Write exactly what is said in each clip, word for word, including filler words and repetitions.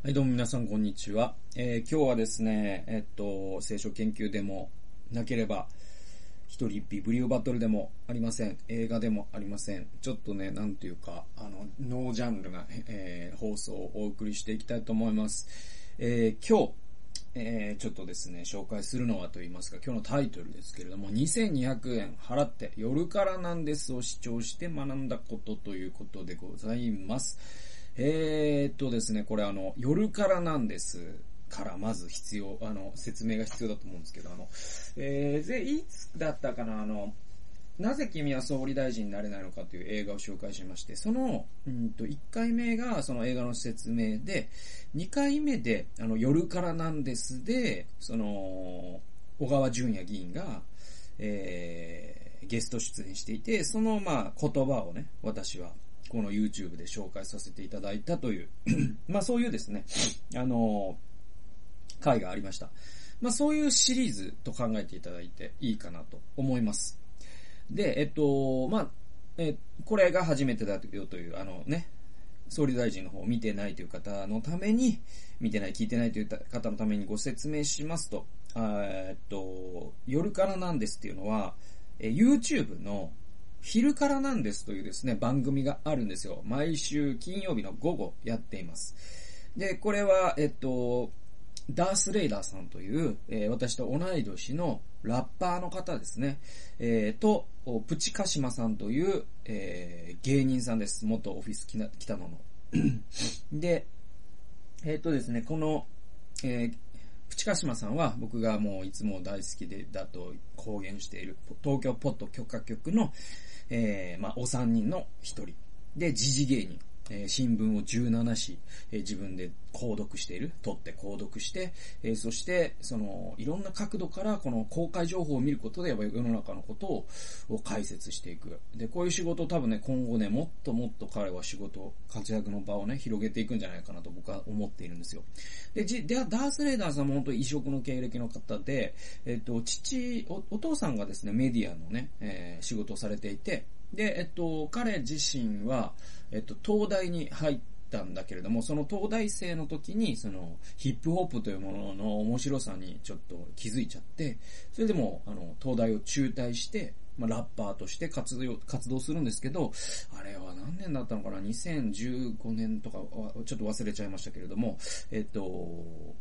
はい、どうも皆さんこんにちは。えー、今日はですね、えっと、聖書研究でもなければ、一人ビブリオバトルでもありません。映画でもありません。ちょっとね、なんていうか、あの、ノージャンルな、えー、放送をお送りしていきたいと思います。えー、今日、えー、ちょっとですね、紹介するのはと言いますか、今日のタイトルですけれども、にせんにひゃくえん払って夜からなんですを視聴して学んだことということでございます。えーっとですね、これあの、夜からなんですからまず必要、あの、説明が必要だと思うんですけど、あの、えー、で、いつだったかな、あの、なぜ君は総理大臣になれないのかという映画を紹介しまして、その、うんと、いっかいめがその映画の説明で、にかいめで、あの、夜からなんですで、その、小川淳也議員が、えー、ゲスト出演していて、その、まあ、言葉をね、私は、この YouTube で紹介させていただいたという、まあそういうですね、あの、回がありました。まあそういうシリーズと考えていただいていいかなと思います。で、えっと、まあ、え、これが初めてだよという、あのね、総理大臣の方を見てないという方のために、見てない、聞いてないという方のためにご説明しますと、えっと、夜からなんですっていうのは、YouTube の昼からなんですというですね、番組があるんですよ。毎週金曜日の午後やっています。で、これは、えっと、ダース・レイダーさんという、えー、私と同い年のラッパーの方ですね、えー、と、プチカシマさんという、えー、芸人さんです。元オフィス北野の。で、えっとですね、この、えープチカシマさんは僕がもういつも大好きでだと公言している東京ポッド許可局の、えー、まあお三人の一人で時事芸人、えー、新聞をじゅうななし、えー、自分で購読している、取って購読して、えー、そしてそのいろんな角度からこの公開情報を見ることでやっぱり世の中のことをを解説していく。で、こういう仕事を多分ね今後ねもっともっと彼は仕事活躍の場をね広げていくんじゃないかなと僕は思っているんですよ。で、じでダースレイダーさんも本当に異色の経歴の方で、えっと父 お, お父さんがですねメディアのね、えー、仕事をされていて。で、えっと、彼自身は、えっと、東大に入ったんだけれども、その東大生の時に、その、ヒップホップというものの面白さにちょっと気づいちゃって、それでも、あの、東大を中退して、まあ、ラッパーとして活動、活動するんですけど、あれは何年だったのかな ?にせんじゅうごねんとかは、ちょっと忘れちゃいましたけれども、えっと、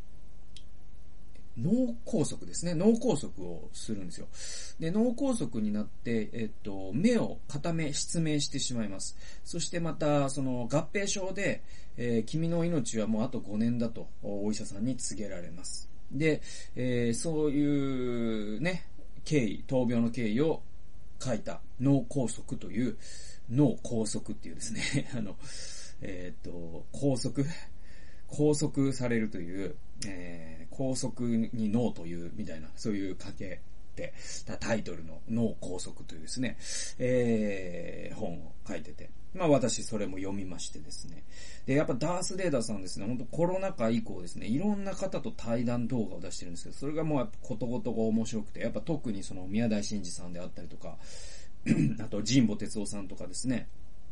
脳梗塞ですね。脳梗塞をするんですよ。で、脳梗塞になって、えっと、目を片目失明してしまいます。そしてまた、その合併症で、えー、君の命はもうあとごねんだと、お医者さんに告げられます。で、えー、そういうね、経緯、闘病の経緯を書いた脳梗塞という、脳梗塞っていうですね、あの、えっと、拘束拘束されるという、えー、拘束に脳というみたいな、そういうかけてたタイトルの脳拘束というですね、えー、本を書いてて、まあ私それも読みましてですね。で、やっぱダース・レーダーさんですね、本当コロナ禍以降ですね、いろんな方と対談動画を出してるんですけど、それがもうやっぱことごとが面白くて、やっぱ特にその宮台真司さんであったりとか、あと神保哲夫さんとかですね、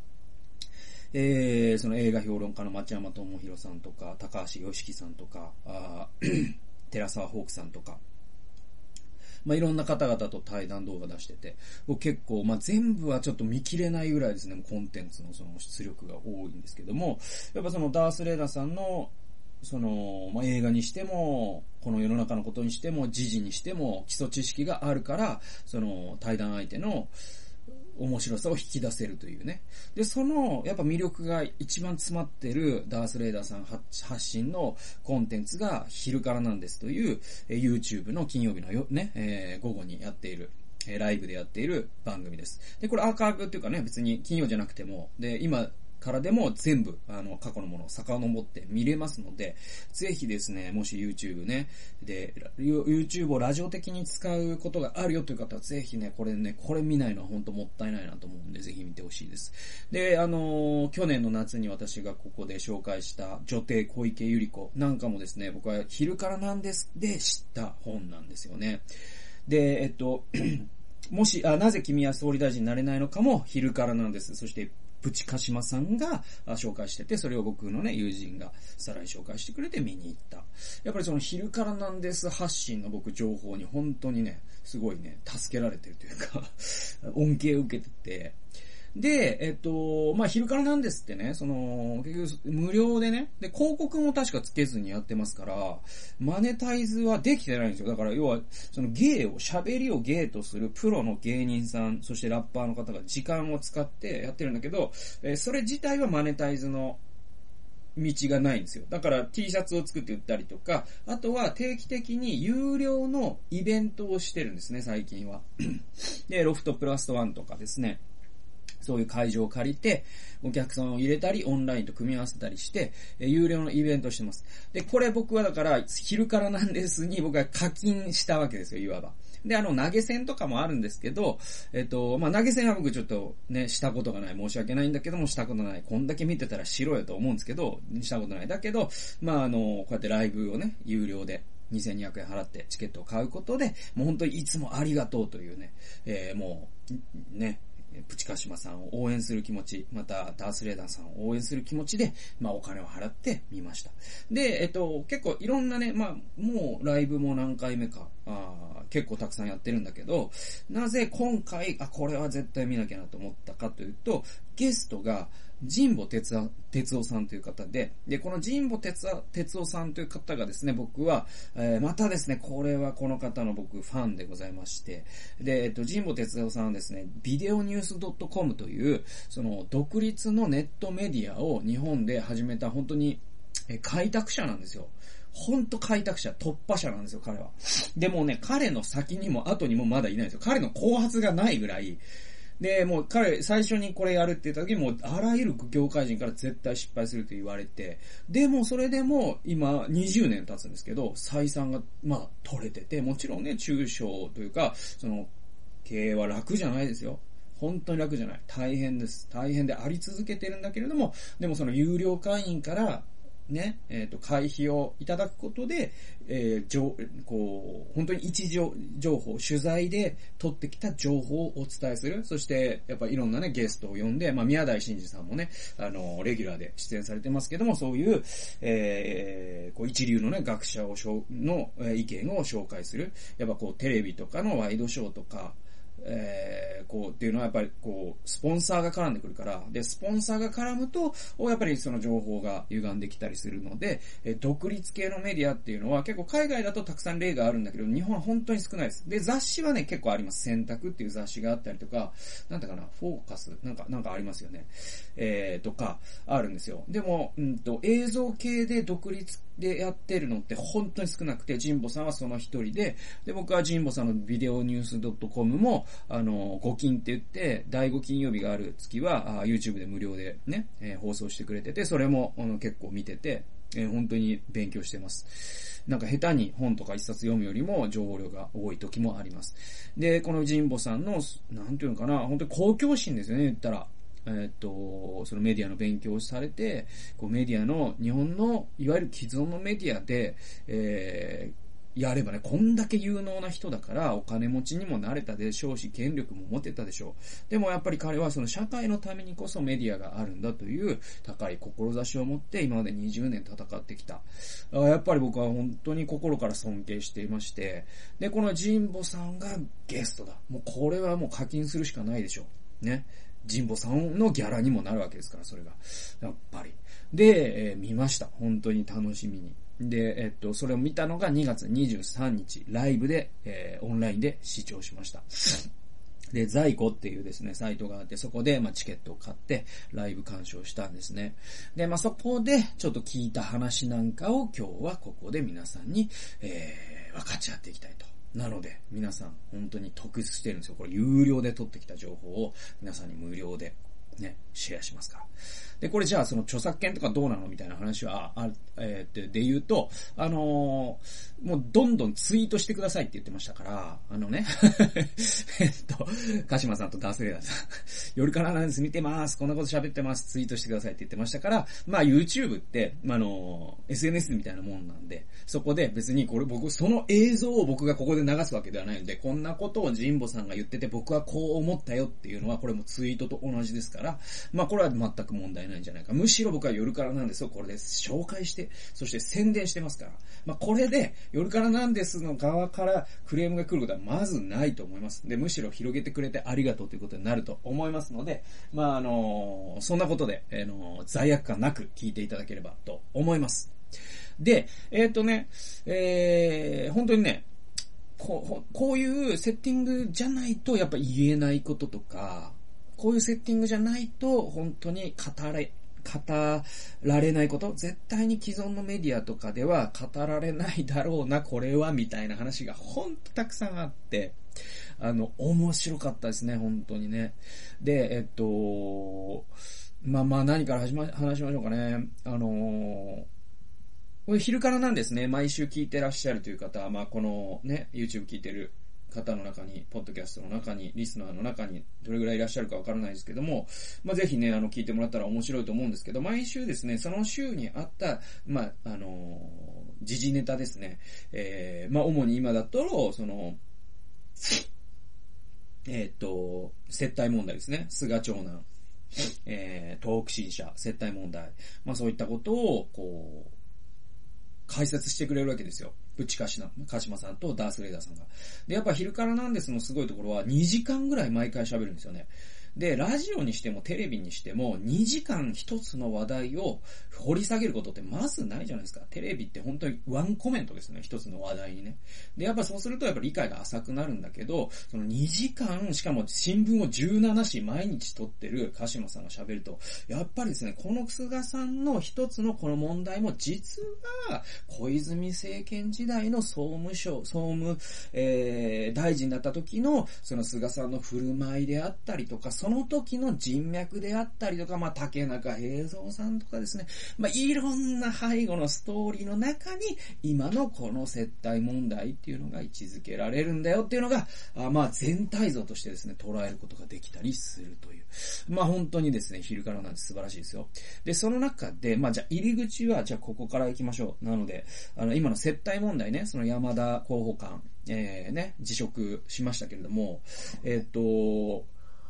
えー、その映画評論家の町山智博さんとか、高橋良樹さんとか、あ寺沢ホークさんとか、まあ、いろんな方々と対談動画出してて、結構、まあ、全部はちょっと見切れないぐらいですね、コンテンツのその出力が多いんですけども、やっぱそのダース・レーダーさんの、その、まあ、映画にしても、この世の中のことにしても、時事にしても、基礎知識があるから、その、対談相手の、面白さを引き出せるというね。で、その、やっぱ魅力が一番詰まってるダース・レイダーさん発信のコンテンツが昼からなんですという、えー、YouTube の金曜日のよ、ね、えー、午後にやっている、えー、ライブでやっている番組です。で、これアーカイブっていうかね、別に金曜じゃなくても、で、今、からでも全部、あの、過去のものを遡って見れますので、ぜひですね、もし YouTube ね、で、YouTube をラジオ的に使うことがあるよという方は、ぜひね、これね、これ見ないのは本当もったいないなと思うんで、ぜひ見てほしいです。で、あのー、去年の夏に私がここで紹介した女帝小池百合子なんかもですね、僕は昼からなんですで知った本なんですよね。で、えっと、もし、あ、なぜ君は総理大臣になれないのかも昼からなんです。そして、 プチカシマさんが紹介してて、それを僕のね、友人がさらに紹介してくれて見に行った。やっぱりその昼からなんです発信の僕情報に本当にね、すごいね、助けられてるというか、恩恵を受けてて、で、えっと、まあ、昼からなんですってね、その、結局、無料でね、で、広告も確かつけずにやってますから、マネタイズはできてないんですよ。だから、要は、その芸を、喋りを芸とするプロの芸人さん、そしてラッパーの方が時間を使ってやってるんだけど、えー、それ自体はマネタイズの道がないんですよ。だから T シャツを作って売ったりとか、あとは定期的に有料のイベントをしてるんですね、最近は。で、ロフトプラスワンとかですね。そういう会場を借りて、お客さんを入れたり、オンラインと組み合わせたりして、有料のイベントをしてます。で、これ僕はだから、昼からなんですに僕は課金したわけですよ、いわば。で、あの、投げ銭とかもあるんですけど、えっと、まあ、投げ銭は僕ちょっとね、したことがない。申し訳ないんだけども、したことない。こんだけ見てたらしろよと思うんですけど、したことない。だけど、まあ、あの、こうやってライブをね、有料で、にせんにひゃくえん払ってチケットを買うことで、もう本当にいつもありがとうというね、えー、もう、ね、プチカシマさんを応援する気持ち、またダースレーダーさんを応援する気持ちで、まあお金を払ってみました。で、えっと、結構いろんなね、まあもうライブも何回目か、あ結構たくさんやってるんだけど、なぜ今回、あ、これは絶対見なきゃなと思ったかというと、ゲストが神保哲夫さんという方で、で、この神保哲夫さんという方がですね、僕は、えー、またですね、これはこの方の僕ファンでございまして、で、えっと、神保哲夫さんはですね、ビデオニュース .com という、その、独立のネットメディアを日本で始めた本当に、え開拓者なんですよ。ほんと開拓者、突破者なんですよ、彼は。でもね、彼の先にも後にもまだいないんですよ。彼の後発がないぐらい、で、もう彼、最初にこれやるって言った時にもう、あらゆる業界人から絶対失敗すると言われて、でもそれでも今にじゅうねん経つんですけど、採算が、まあ、取れてて、もちろんね、中小というか、その、経営は楽じゃないですよ。本当に楽じゃない。大変です。大変であり続けてるんだけれども、でもその有料会員から、ね、えっと、会費をいただくことで、えー、情、こう、本当に一時情報、取材で取ってきた情報をお伝えする。そして、やっぱいろんなね、ゲストを呼んで、まあ、宮台真司さんもね、あの、レギュラーで出演されてますけども、そういう、えー、こう、一流のね、学者を、の意見を紹介する。やっぱこう、テレビとかのワイドショーとか、えー、こうっていうのはやっぱりこうスポンサーが絡んでくるから、でスポンサーが絡むとやっぱりその情報が歪んできたりするので、え独立系のメディアっていうのは結構海外だとたくさん例があるんだけど、日本は本当に少ないです。で雑誌はね結構あります。選択っていう雑誌があったりとか、なんだかな、フォーカスなんかなんかありますよね。えー、とかあるんですよ。でもうんと映像系で独立でやってるのって本当に少なくて、神保さんはその一人で、で僕は神保さんのビデオニュース .com もあの、ご金って言って、第ご金曜日がある月は、YouTube で無料でね、えー、放送してくれてて、それも、あの、結構見てて、えー、本当に勉強してます。なんか下手に本とか一冊読むよりも情報量が多い時もあります。で、この神保さんの、なんていうのかな、本当に公共心ですよね、言ったら。えー、っと、そのメディアの勉強をされて、こうメディアの、日本の、いわゆる既存のメディアで、えー、やればね、こんだけ有能な人だからお金持ちにもなれたでしょうし、権力も持てたでしょう。でもやっぱり彼はその社会のためにこそメディアがあるんだという高い志を持って今までにじゅうねん戦ってきた。やっぱり僕は本当に心から尊敬していまして、で、この神保さんがゲストだ。もうこれはもう課金するしかないでしょう。ね。神保さんのギャラにもなるわけですから、それが。やっぱり。で、えー、見ました。本当に楽しみに。で、えっと、それを見たのがにがつにじゅうさんにち、ライブで、えー、オンラインで視聴しました。で、在庫っていうですね、サイトがあって、そこで、まあ、チケットを買って、ライブ鑑賞したんですね。で、まあ、そこで、ちょっと聞いた話なんかを今日はここで皆さんに、えー、分かち合っていきたいと。なので、皆さん、本当に得してるんですよ。これ、有料で取ってきた情報を、皆さんに無料で、ね、シェアしますから。で、これじゃあその著作権とかどうなのみたいな話は、あ、えー、で言うと、あのー、もうどんどんツイートしてくださいって言ってましたから、あのね、えっと、鹿島さんとダースレーダーさん、夜からなんです、見てます、こんなこと喋ってます、ツイートしてくださいって言ってましたから、まあ YouTube って、まあ、あのー、エスエヌエス みたいなもんなんで、そこで別にこれ僕、その映像を僕がここで流すわけではないので、こんなことを神保さんが言ってて僕はこう思ったよっていうのは、これもツイートと同じですから、 、まあこれは全く問題ないんじゃないか。むしろ僕は夜からなんですをこれで紹介して、そして宣伝してますから、まあこれで夜からなんですの側からクレームが来ることはまずないと思います。で、むしろ広げてくれてありがとうということになると思いますので、まああの、そんなことで、あの、罪悪感なく聞いていただければと思います。で、えっとね、えー、本当にね、こう、こういうセッティングじゃないとやっぱ言えないこととか、こういうセッティングじゃないと本当に語れ、語られないこと、絶対に既存のメディアとかでは語られないだろうな、これは、みたいな話が本当たくさんあって、あの、面白かったですね、本当にね。で、えっと、まあまあ何から始ま、話しましょうかね。あのー、これ昼からなんですね。毎週聞いてらっしゃるという方は、まあこのね、YouTube 聞いてる方の中に、ポッドキャストの中に、リスナーの中に、どれぐらいいらっしゃるかわからないですけども、まあぜひね、あの、聞いてもらったら面白いと思うんですけど、毎週ですね、その週にあった、まあ、あのー、時事ネタですね。えー、まあ主に今だと、その、えっと、接待問題ですね。菅長男、えー、東北新社、接待問題。まあそういったことを、こう、解説してくれるわけですよ。プチカシナ、カシマさんとダースレーダーさんが。で、やっぱ昼からなんですのすごいところはにじかんぐらい毎回喋るんですよね。で、ラジオにしてもテレビにしてもにじかん一つの話題を掘り下げることってまずないじゃないですか。テレビって本当にワンコメントですね。一つの話題にね。で、やっぱそうするとやっぱ理解が浅くなるんだけど、そのにじかん、しかも新聞をじゅうななし毎日撮ってる鹿島さんが喋ると、やっぱりですね、この菅さんの一つのこの問題も実は小泉政権時代の総務省、総務、えー、大臣だった時のその菅さんの振る舞いであったりとか、その時の人脈であったりとか、まあ、竹中平蔵さんとかですね、まあ、いろんな背後のストーリーの中に、今のこの接待問題っていうのが位置づけられるんだよっていうのが、あまあ、全体像としてですね、捉えることができたりするという。まあ、本当にですね、昼からなんて素晴らしいですよ。で、その中で、まあ、じゃあ、入り口は、じゃあ、ここから行きましょう。なので、あの、今の接待問題ね、その山田候補官、えー、ね、辞職しましたけれども、えっと、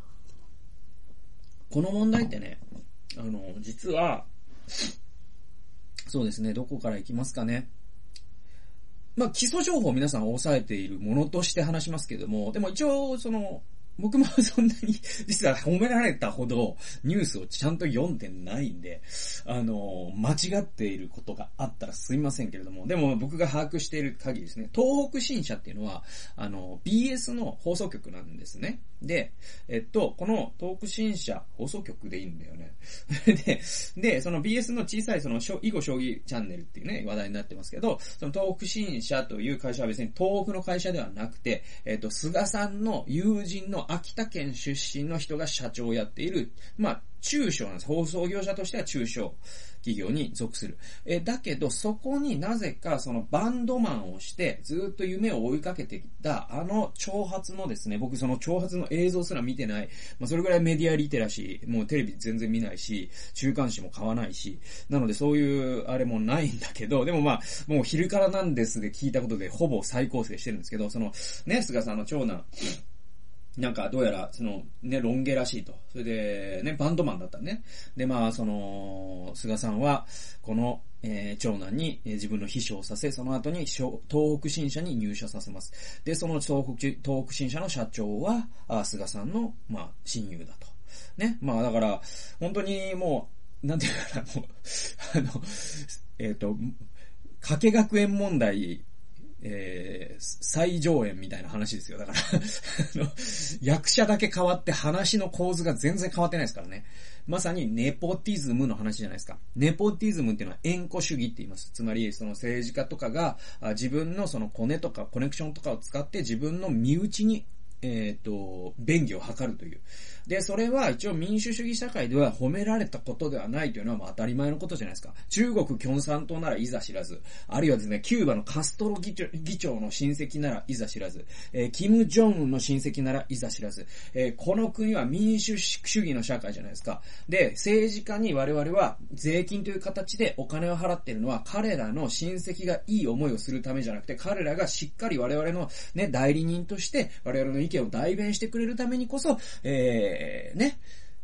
この問題ってね、あの、実は、そうですね、どこから行きますかね。まあ、基礎情報を皆さん押さえているものとして話しますけれども、でも一応、その、僕もそんなに、実は褒められたほどニュースをちゃんと読んでないんで、あの、間違っていることがあったらすいませんけれども、でも僕が把握している限りですね、東北新社っていうのは、あの、ビーエス の放送局なんですね。で、えっと、この東北新社、放送局でいいんだよね。で、で、その ビーエス の小さいその、囲碁将棋チャンネルっていうね、話題になってますけど、その東北新社という会社は別に東北の会社ではなくて、えっと、菅さんの友人の秋田県出身の人が社長をやっている、まあ、中小なんです。放送業者としては中小企業に属する。え、だけど、そこになぜかそのバンドマンをして、ずっと夢を追いかけてきた、あの挑発のですね、僕その挑発の映像すら見てない。まあ、それぐらいメディアリテラシー、もうテレビ全然見ないし、週刊誌も買わないし、なのでそういうあれもないんだけど、でもまあ、もう昼からなんですで聞いたことでほぼ再構成してるんですけど、その、ね、菅さんの長男、なんか、どうやら、その、ね、ロン毛らしいと。それで、ね、バンドマンだったね。で、まあ、その、菅さんは、この、えー、長男に、えー、自分の秘書をさせ、その後に、東北新社に入社させます。で、その東北、東北新社の社長は、あ菅さんの、まあ、親友だと。ね。まあ、だから、本当にもう、なんていうかな、もう、あの、えっと、加計学園問題、えー、最上演みたいな話ですよ。だからあの、役者だけ変わって話の構図が全然変わってないですからね。まさにネポティズムの話じゃないですか。ネポティズムっていうのは縁故主義って言います。つまり、その政治家とかが自分のそのコネとかコネクションとかを使って自分の身内にえっと、便宜を図るという。で、それは一応民主主義社会では褒められたことではないというのはまあ当たり前のことじゃないですか。中国共産党ならいざ知らず、あるいはですね、キューバのカストロ議長、議長の親戚ならいざ知らず、えー、キム・ジョンウンの親戚ならいざ知らず、えー、この国は民主主義の社会じゃないですか。で、政治家に我々は税金という形でお金を払っているのは彼らの親戚がいい思いをするためじゃなくて、彼らがしっかり我々のね、代理人として我々の意見を代弁してくれるためにこそ、えー、ね、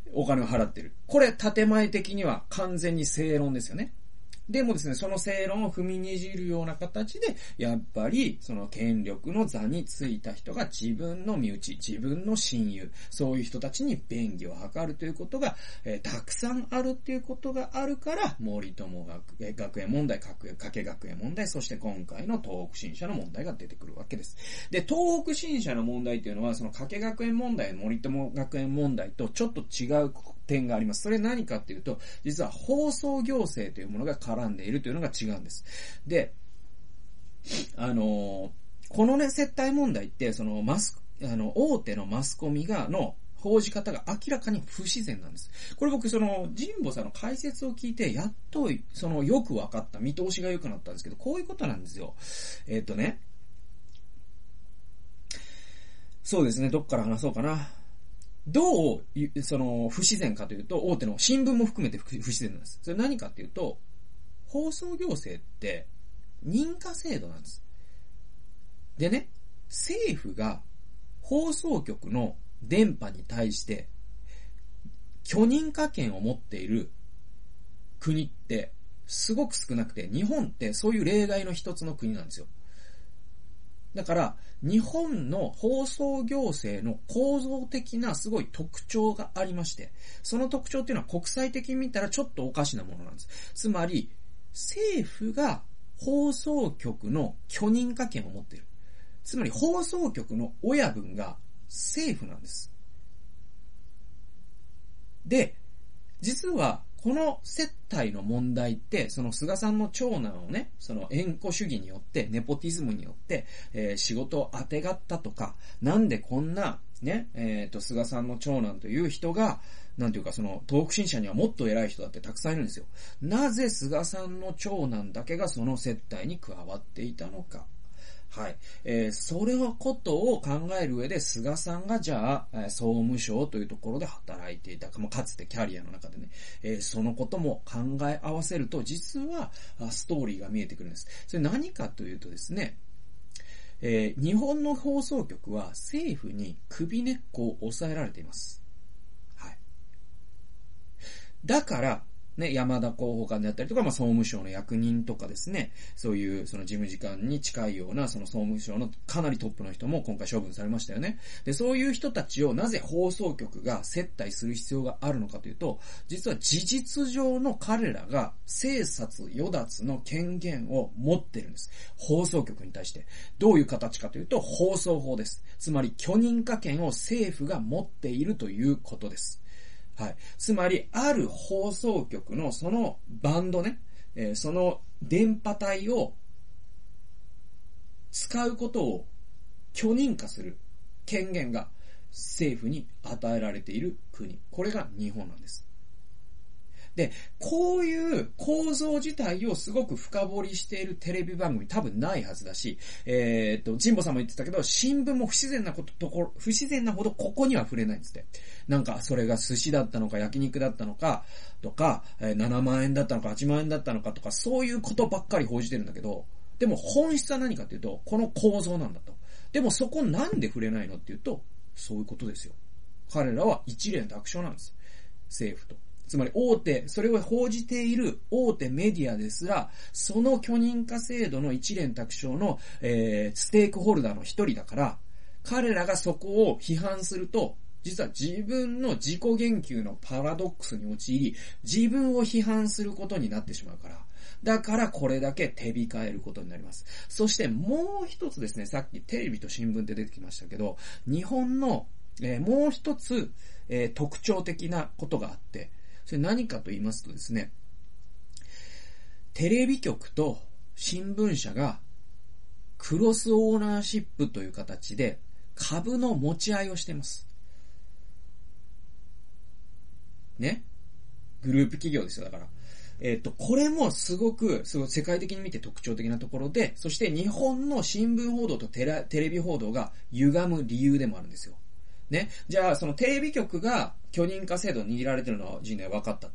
お金を払ってる。これ、建前的には完全に正論ですよね。でもですね、その正論を踏みにじるような形で、やっぱり、その権力の座についた人が自分の身内、自分の親友、そういう人たちに便宜を図るということが、えー、たくさんあるっていうことがあるから、森友学、えー、学園問題、加計学園問題、そして今回の東北新社の問題が出てくるわけです。で、東北新社の問題っていうのは、その加計学園問題、森友学園問題とちょっと違う点があります。それ何かっていうと、実は放送行政というものが絡んでいるというのが違うんです。で、あのー、このね、接待問題って、そのマス、あの、大手のマスコミが、の、報じ方が明らかに不自然なんです。これ僕、その、神保さんの解説を聞いて、やっと、その、よく分かった、見通しが良くなったんですけど、こういうことなんですよ。えーっとね、そうですね、どっから話そうかな。どう、その、不自然かというと、大手の新聞も含めて不自然なんです。それ何かっていうと、放送行政って、認可制度なんです。でね、政府が放送局の電波に対して、許認可権を持っている国って、すごく少なくて、日本ってそういう例外の一つの国なんですよ。だから、日本の放送行政の構造的なすごい特徴がありまして、その特徴っていうのは国際的に見たらちょっとおかしなものなんです。つまり、政府が放送局の許認可権を持っている。つまり、放送局の親分が政府なんです。で、実は、この接待の問題って、その菅さんの長男をね、その縁故主義によって、ネポティズムによって、えー、仕事を当てがったとか、なんでこんな、ね、えっと、菅さんの長男という人が、なんていうかその、東北新社にはもっと偉い人だってたくさんいるんですよ。なぜ菅さんの長男だけがその接待に加わっていたのか。はい。えー、それはことを考える上で、菅さんがじゃあ、総務省というところで働いていたか、まあ、かつてキャリアの中でね、えー、そのことも考え合わせると、実は、ストーリーが見えてくるんです。それ何かというとですね、えー、日本の放送局は政府に首根っこを抑えられています。はい。だから、ね、山田広報官であったりとか、まあ、総務省の役人とかですね、そういう、その事務次官に近いような、その総務省のかなりトップの人も今回処分されましたよね。で、そういう人たちをなぜ放送局が接待する必要があるのかというと、実は事実上の彼らが、生殺与奪の権限を持ってるんです。放送局に対して。どういう形かというと、放送法です。つまり、許認可権を政府が持っているということです。はい。つまり、ある放送局のそのバンドね、えー、その電波帯を使うことを許認可する権限が政府に与えられている国。これが日本なんです。で、こういう構造自体をすごく深掘りしているテレビ番組多分ないはずだし、えー、っと、神保さんも言ってたけど、新聞も不自然なこと、ところ、不自然なほどここには触れないんですって。なんか、それが寿司だったのか焼肉だったのか、とか、えー、ななまんえんだったのかはちまんえんだったのかとか、そういうことばっかり報じてるんだけど、でも本質は何かっていうと、この構造なんだと。でもそこなんで触れないのっていうと、そういうことですよ。彼らは一連卓勝なんです。政府と。つまり大手、それを報じている大手メディアですら、その許認可制度の一連卓勝の、えー、ステークホルダーの一人だから、彼らがそこを批判すると、実は自分の自己言及のパラドックスに陥り、自分を批判することになってしまうから。だからこれだけ手控えることになります。そしてもう一つですね、さっきテレビと新聞って出てきましたけど、日本の、えー、もう一つ、えー、特徴的なことがあって、それ何かと言いますとですね、テレビ局と新聞社がクロスオーナーシップという形で株の持ち合いをしています。ね。グループ企業ですよ、だから。えっと、これもすごく、すごい世界的に見て特徴的なところで、そして日本の新聞報道とテレ、テレビ報道が歪む理由でもあるんですよ。ね。じゃあ、そのテレビ局が許認可制度を握られてるのは人類分かったと。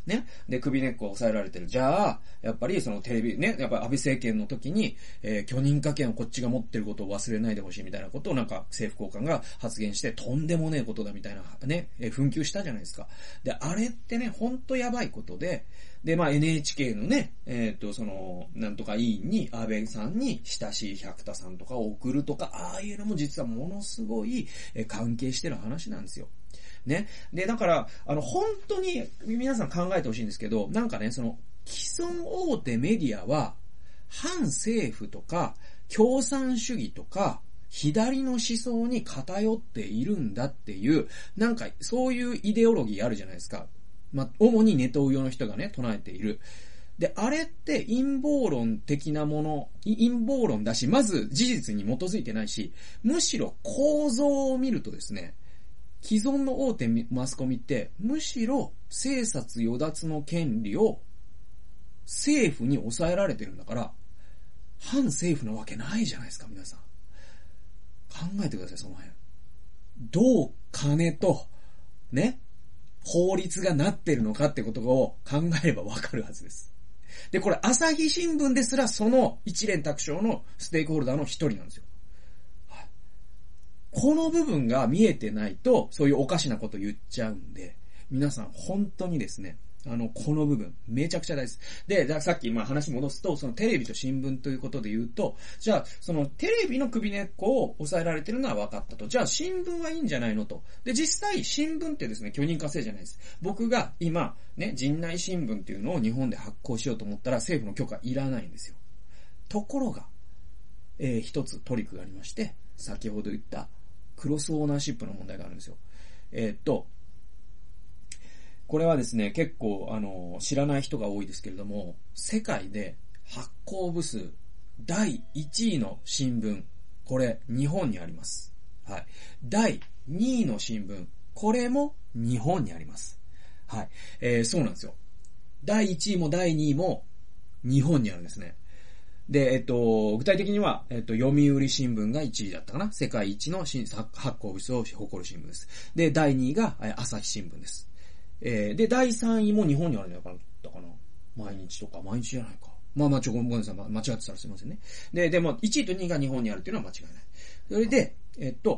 ね。で、首根っこを押さえられてる。じゃあ、やっぱりそのテレビ、ね、やっぱ安倍政権の時に、えー、許認可権をこっちが持ってることを忘れないでほしいみたいなことをなんか政府高官が発言して、とんでもねえことだみたいなね、えー、紛糾したじゃないですか。で、あれってね、ほんとやばいことで、で、まあ エヌエイチケー のね、えっと、その、なんとか委員に、安倍さんに親しい百田さんとかを送るとか、ああいうのも実はものすごい、えー、関係してる話なんですよ。ね。で、だから、あの、本当に皆さん考えてほしいんですけど、なんかね、その、既存大手メディアは、反政府とか、共産主義とか、左の思想に偏っているんだっていう、なんか、そういうイデオロギーあるじゃないですか。まあ、主にネトウヨの人がね、唱えている。で、あれって陰謀論的なもの、陰謀論だし、まず事実に基づいてないし、むしろ構造を見るとですね、既存の大手マスコミって、むしろ生殺与奪の権利を政府に抑えられてるんだから、反政府なわけないじゃないですか、皆さん。考えてください、その辺。どう金と、ね、法律がなってるのかってことを考えればわかるはずです。で、これ、朝日新聞ですらその一連卓上のステークホルダーの一人なんですよ。はい、この部分が見えてないと、そういうおかしなこと言っちゃうんで、皆さん本当にですね、あの、この部分、めちゃくちゃ大事です。で、ださっき、まあ話戻すと、そのテレビと新聞ということで言うと、じゃあ、そのテレビの首根っこを抑えられてるのは分かったと。じゃあ、新聞はいいんじゃないのと。で、実際、新聞ってですね、許認可制じゃないです。僕が今、ね、陣内新聞っていうのを日本で発行しようと思ったら、政府の許可いらないんですよ。ところが、えー、一つトリックがありまして、先ほど言った、クロスオーナーシップの問題があるんですよ。えー、っと、これはですね、結構、あの、知らない人が多いですけれども、世界で発行部数だいいちいの新聞、これ、日本にあります。はい。だいにいの新聞、これも日本にあります。はい。えー、そうなんですよ。だいいちいもだいにいも日本にあるんですね。で、えっと、具体的には、えっと、読売新聞がいちいだったかな。世界一の発行部数を誇る新聞です。で、だいにいが朝日新聞です。えー、で、だいさんいも日本にあるんじゃなかったかな。毎日とか、毎日じゃないか。まあまあ、ちょ、ごめんなさい。間違ってたらすいませんね。で、でも、いちいとにいが日本にあるっていうのは間違いない。それで、えっと、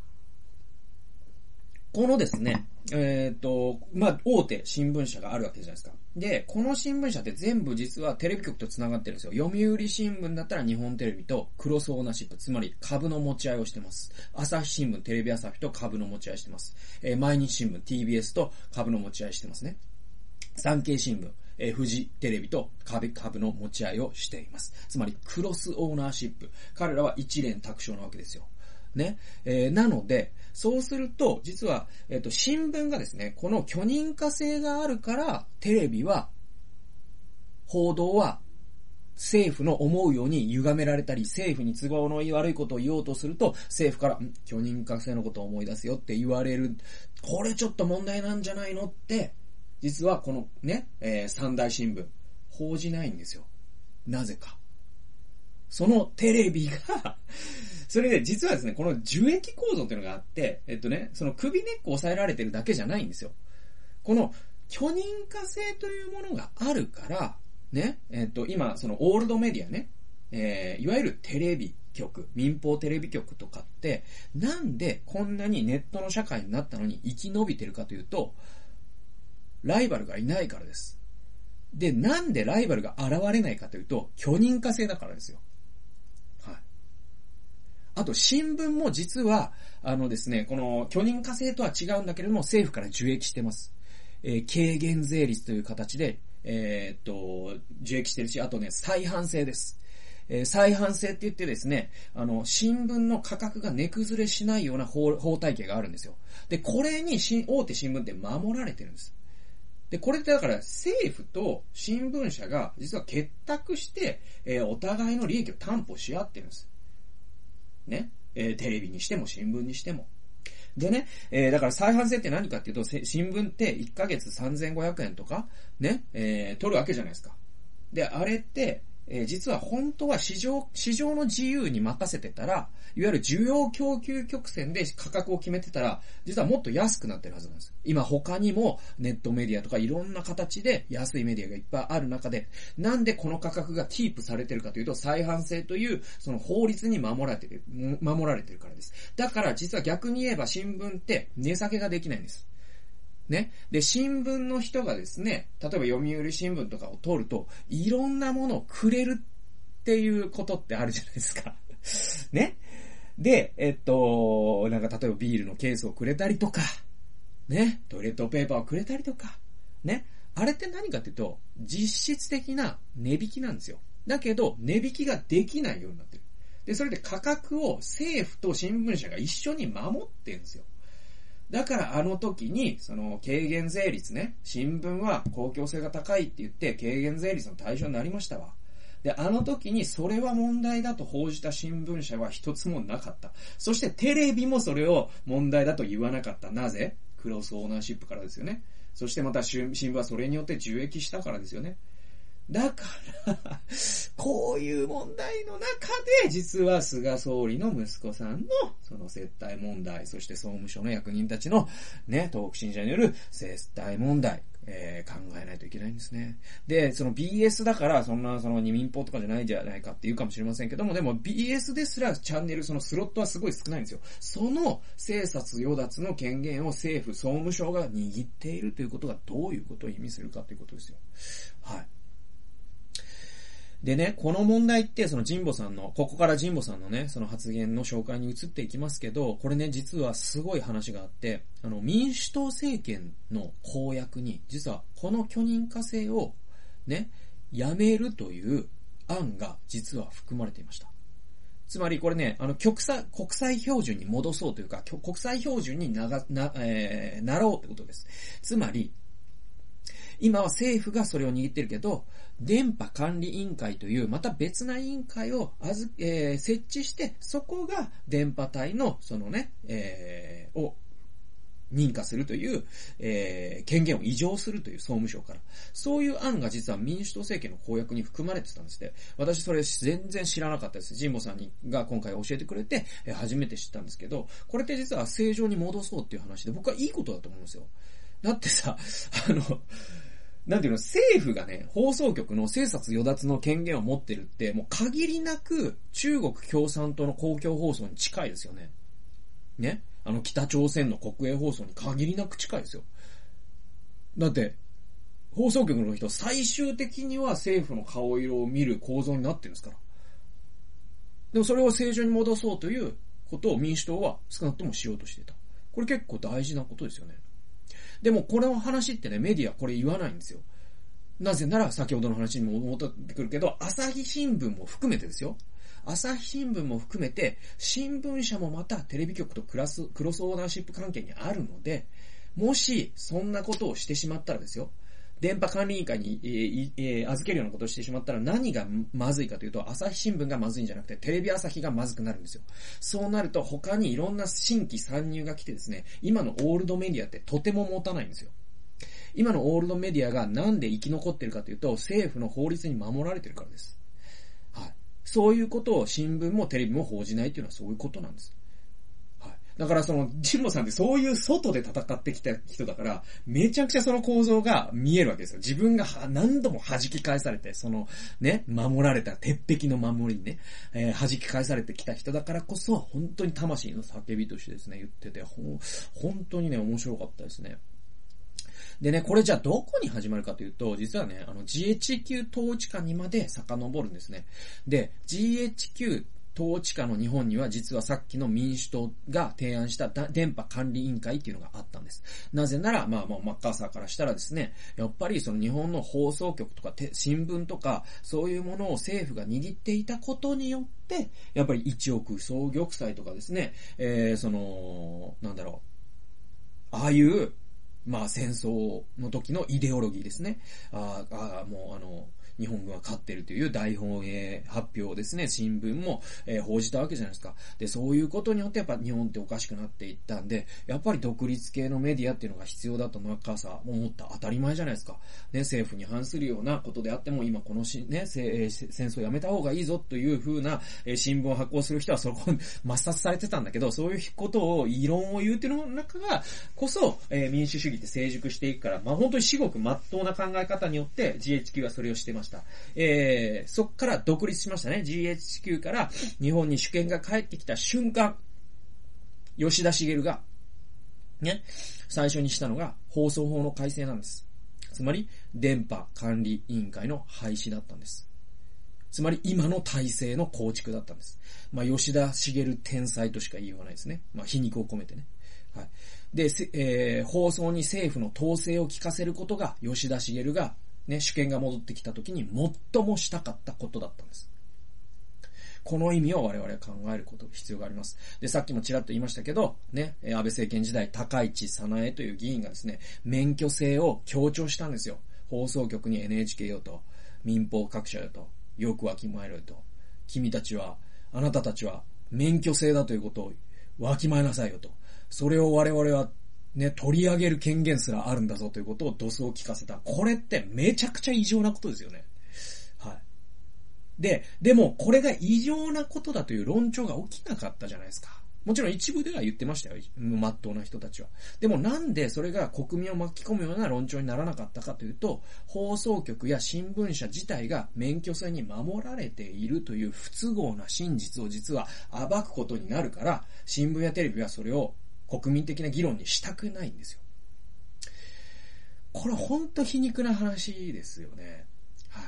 このですね、えっと、まあ、大手新聞社があるわけじゃないですか。で、この新聞社って全部実はテレビ局と繋がってるんですよ。読売新聞だったら日本テレビとクロスオーナーシップ、つまり株の持ち合いをしてます。朝日新聞、テレビ朝日と株の持ち合いしてます。えー、毎日新聞、ティービーエス と株の持ち合いしてますね。産経新聞、えー、フジテレビと株、株の持ち合いをしています。つまりクロスオーナーシップ。彼らは一連卓上なわけですよ。ね。えー、なので、そうすると、実は、えっと、新聞がですね、この許認可制があるから、テレビは、報道は、政府の思うように歪められたり、政府に都合の悪いことを言おうとすると、政府から、ん許認可制のことを思い出すよって言われる。これちょっと問題なんじゃないのって、実はこのね、えー、三大新聞、報じないんですよ。なぜか。そのテレビが、それで実はですね、この受益構造っていうのがあって、えっとね、その首根っこ押さえられてるだけじゃないんですよ。この許認可制というものがあるから、ね、えっと、今、そのオールドメディアね、えー、いわゆるテレビ局、民放テレビ局とかって、なんでこんなにネットの社会になったのに生き延びてるかというと、ライバルがいないからです。で、なんでライバルが現れないかというと、許認可制だからですよ。あと、新聞も実は、あのですね、この許認可制とは違うんだけれども、政府から受益してます。えー、軽減税率という形で、えー、っと、受益してるし、あとね、再販制です。えー、再販制って言ってですね、あの、新聞の価格が値崩れしないような法、法体系があるんですよ。で、これに新、大手新聞って守られてるんです。で、これってだから政府と新聞社が実は結託して、えー、お互いの利益を担保し合ってるんです。ね、えー、テレビにしても新聞にしても。でね、えー、だから再販制って何かっていうと、新聞っていっかげつさんぜんごひゃくえんとか、ね、えー、取るわけじゃないですか。で、あれって、 えー、実は本当は市場、市場の自由に任せてたら、いわゆる需要供給曲線で価格を決めてたら、実はもっと安くなってるはずなんです。今他にもネットメディアとかいろんな形で安いメディアがいっぱいある中で、なんでこの価格がキープされてるかというと、再販制というその法律に守られてる、守られてるからです。だから実は逆に言えば新聞って値下げができないんです。ね。で、新聞の人がですね、例えば読売新聞とかを取ると、いろんなものをくれるっていうことってあるじゃないですか。ね。で、えっと、なんか例えばビールのケースをくれたりとか、ね。トイレットペーパーをくれたりとか、ね。あれって何かっていうと、実質的な値引きなんですよ。だけど、値引きができないようになってる。で、それで価格を政府と新聞社が一緒に守ってるんですよ。だからあの時に、その軽減税率ね、新聞は公共性が高いって言って軽減税率の対象になりましたわ。で、あの時にそれは問題だと報じた新聞社は一つもなかった。そしてテレビもそれを問題だと言わなかった。なぜ？クロスオーナーシップからですよね。そしてまた新聞はそれによって受益したからですよね。だから、こういう問題の中で、実は菅総理の息子さんの、その接待問題、そして総務省の役人たちの、ね、東北新社による接待問題、えー、考えないといけないんですね。で、その ビーエス だから、そんな、その、民放とかじゃないんじゃないかって言うかもしれませんけども、でも ビーエス ですらチャンネル、そのスロットはすごい少ないんですよ。その、生殺与奪の権限を政府、総務省が握っているということがどういうことを意味するかということですよ。はい。でね、この問題って、その神保さんの、ここから神保さんのね、その発言の紹介に移っていきますけど、これね、実はすごい話があって、あの、民主党政権の公約に、実はこの許認可制を、ね、やめるという案が実は含まれていました。つまりこれね、あの、国際、国際標準に戻そうというか、国際標準になが、な、えー、なろうってことです。つまり、今は政府がそれを握ってるけど、電波管理委員会というまた別な委員会をあず、えー、設置して、そこが電波帯のそのね、えー、を認可するという、えー、権限を移譲するという総務省から。そういう案が実は民主党政権の公約に含まれてたんですね。私それ全然知らなかったです。神保さんにが今回教えてくれて、えー、初めて知ったんですけど、これって実は正常に戻そうっていう話で、僕はいいことだと思うんですよ。だってさ、あの、なんていうの、政府がね、放送局の生殺与奪の権限を持ってるって、もう限りなく中国共産党の公共放送に近いですよね。ね。あの北朝鮮の国営放送に限りなく近いですよ。だって、放送局の人、最終的には政府の顔色を見る構造になってるんですから。でもそれを正常に戻そうということを民主党は少なくともしようとしていた。これ結構大事なことですよね。でもこの話ってね、メディアこれ言わないんですよ。なぜなら先ほどの話にも戻ってくるけど、朝日新聞も含めてですよ。朝日新聞も含めて、新聞社もまたテレビ局とクラス、クロスオーナーシップ関係にあるので、もしそんなことをしてしまったらですよ。電波管理委員会に、えーえー、預けるようなことをしてしまったら何がまずいかというと、朝日新聞がまずいんじゃなくて、テレビ朝日がまずくなるんですよ。そうなると他にいろんな新規参入が来てですね、今のオールドメディアってとても持たないんですよ。今のオールドメディアがなんで生き残ってるかというと、政府の法律に守られてるからです。はい。そういうことを新聞もテレビも報じないっていうのはそういうことなんです。だからその、神保さんってそういう外で戦ってきた人だから、めちゃくちゃその構造が見えるわけですよ。自分が何度も弾き返されて、そのね、守られた鉄壁の守りにね、えー、弾き返されてきた人だからこそ、本当に魂の叫びとしてですね、言ってて、ほん、本当にね、面白かったですね。でね、これじゃあどこに始まるかというと、実はね、あの ジーエイチキュー 統治下にまで遡るんですね。で、ジーエイチキュー統治下の日本には実はさっきの民主党が提案した電波管理委員会っていうのがあったんです。なぜなら、まあまあマッカーサーからしたらですね、やっぱりその日本の放送局とか新聞とかそういうものを政府が握っていたことによって、やっぱり一億総玉砕とかですね、えー、その、なんだろう、ああいう、まあ戦争の時のイデオロギーですね。ああ、もうあの、 日本軍は勝ってるという大本営発表をですね、新聞も、えー、報じたわけじゃないですか。で、そういうことによってやっぱ日本っておかしくなっていったんで、やっぱり独立系のメディアっていうのが必要だと中川さん思った当たり前じゃないですか。ね、政府に反するようなことであっても、今このし、ね、戦争をやめた方がいいぞという風な、えー、新聞を発行する人はそこに抹殺されてたんだけど、そういうことを、異論を言うっていうの中がこそ、えー、民主主義って成熟していくから、まあ本当に至極真っ当な考え方によって ジーエイチキュー はそれをしてました。えー、そっから独立しましたね。ジーエイチキュー から日本に主権が返ってきた瞬間、吉田茂が、ね、最初にしたのが放送法の改正なんです。つまり、電波管理委員会の廃止だったんです。つまり、今の体制の構築だったんです。まあ、吉田茂天才としか言いようがないですね。まあ、皮肉を込めてね。はい。で、えー、放送に政府の統制を聞かせることが、吉田茂が、ね、主権が戻ってきた時に最もしたかったことだったんです。この意味を我々は考えること必要があります。で、さっきもちらっと言いましたけど、ね、安倍政権時代、高市早苗という議員がですね、免許制を強調したんですよ。放送局に エヌエイチケー よと、民放各社よと、よくわきまえろよと、君たちは、あなたたちは免許制だということをわきまえなさいよと、それを我々はね、取り上げる権限すらあるんだぞということをドスを聞かせた。これってめちゃくちゃ異常なことですよね。はい。で、でもこれが異常なことだという論調が起きなかったじゃないですか。もちろん一部では言ってましたよ。真っ当な人たちは。でもなんでそれが国民を巻き込むような論調にならなかったかというと、放送局や新聞社自体が免許制に守られているという不都合な真実を実は暴くことになるから、新聞やテレビはそれを国民的な議論にしたくないんですよ。これほんと皮肉な話ですよね。はい。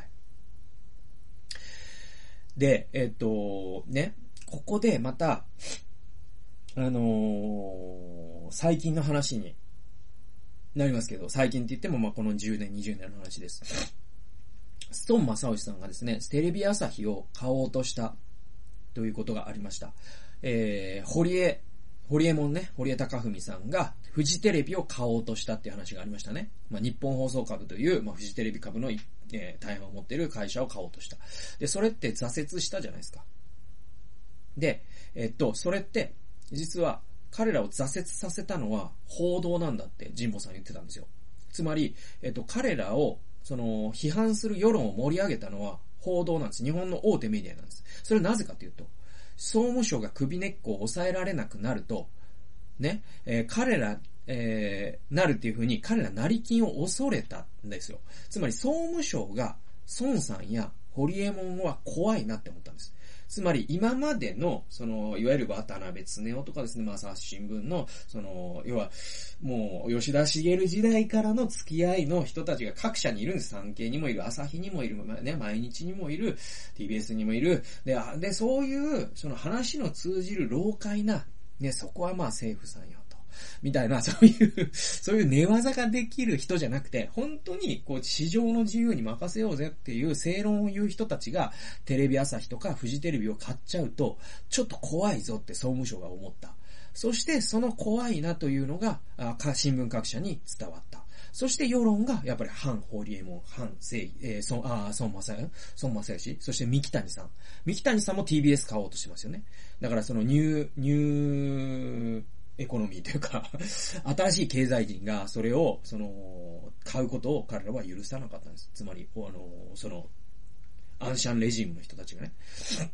で、えっと、ね、ここでまた、あのー、最近の話になりますけど、最近って言ってもまあこのじゅうねん、にじゅうねんの話です。孫正義さんがですね、テレビ朝日を買おうとしたということがありました。えー、堀江、堀江門ね、堀江貴文さんがフジテレビを買おうとしたっていう話がありましたね。まあ日本放送株という、まあフジテレビ株の、えー、大半を持っている会社を買おうとした。で、それって挫折したじゃないですか。で、えっと、それって、実は彼らを挫折させたのは報道なんだって神保さん言ってたんですよ。つまり、えっと、彼らをその批判する世論を盛り上げたのは報道なんです。日本の大手メディアなんです。それはなぜかというと、総務省が首根っこを抑えられなくなると、ね、えー、彼ら、えー、なるっていう風に彼ら成金を恐れたんですよ。つまり総務省が孫さんや堀江門は怖いなって思ったんです。つまり今までの、その、いわゆる渡辺恒夫とかですね、まあ朝日新聞の、その、要は、もう、吉田茂時代からの付き合いの人たちが各社にいるんです。産経にもいる、朝日にもいる、ね、毎日にもいる、ティービーエス にもいる。で、で、そういう、その話の通じる老快な、ね、そこはまあ政府さんよ。みたいな、そういう、そういう寝技ができる人じゃなくて、本当に、こう、市場の自由に任せようぜっていう正論を言う人たちが、テレビ朝日とかフジテレビを買っちゃうと、ちょっと怖いぞって総務省が思った。そして、その怖いなというのが、あ新聞各社に伝わった。そして世論が、やっぱり反堀江門、反正義、えー、孫、あ、孫正義、孫正義、そして三木谷さん。三木谷さんも ティービーエス 買おうとしてますよね。だからそのニュー、ニュー、エコノミーというか新しい経済人がそれをその買うことを彼らは許さなかったんです。つまりあのそのアンシャンレジームの人たちがね。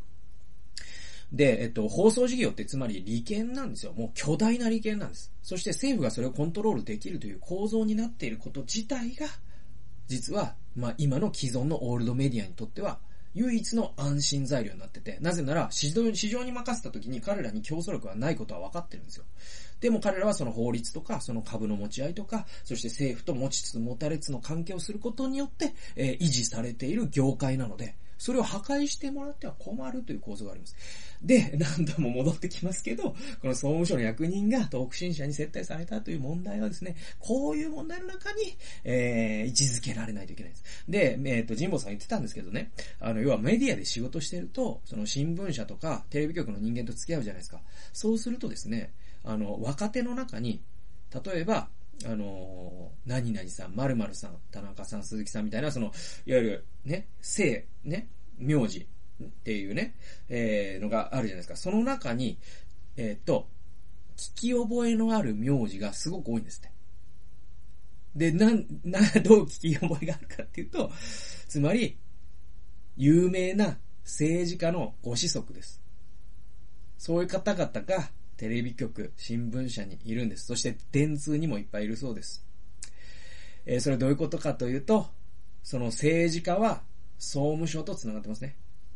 で、えっと放送事業ってつまり利権なんですよ。もう巨大な利権なんです。そして政府がそれをコントロールできるという構造になっていること自体が実はまあ今の既存のオールドメディアにとっては唯一の安心材料になってて、なぜなら市場、市場に任せた時に彼らに競争力はないことは分かってるんですよ。でも彼らはその法律とか、その株の持ち合いとか、そして政府と持ちつ持たれつの関係をすることによって、えー、維持されている業界なので、それを破壊してもらっては困るという構造があります。で、何度も戻ってきますけど、この総務省の役人が特進者に接待されたという問題はですね、こういう問題の中に、えー、位置づけられないといけないんです。で、えっと、神保さん言ってたんですけどね、あの、要はメディアで仕事してると、その新聞社とかテレビ局の人間と付き合うじゃないですか。そうするとですね、あの、若手の中に、例えば、 あのー、何々さん、〇〇さん、田中さん、鈴木さんみたいな、その、いわゆる、ね、姓、ね、名字っていうね、えー、のがあるじゃないですか。その中に、えっと、聞き覚えのある名字がすごく多いんですって。で、なん、な、どう聞き覚えがあるかっていうと、つまり、有名な政治家のご子息です。そういう方々がテレビ局、新聞社にいるんです。そして電通にもいっぱいいるそうです。えー、それはどういうことかというと、その政治家は総務省と繋がってますね。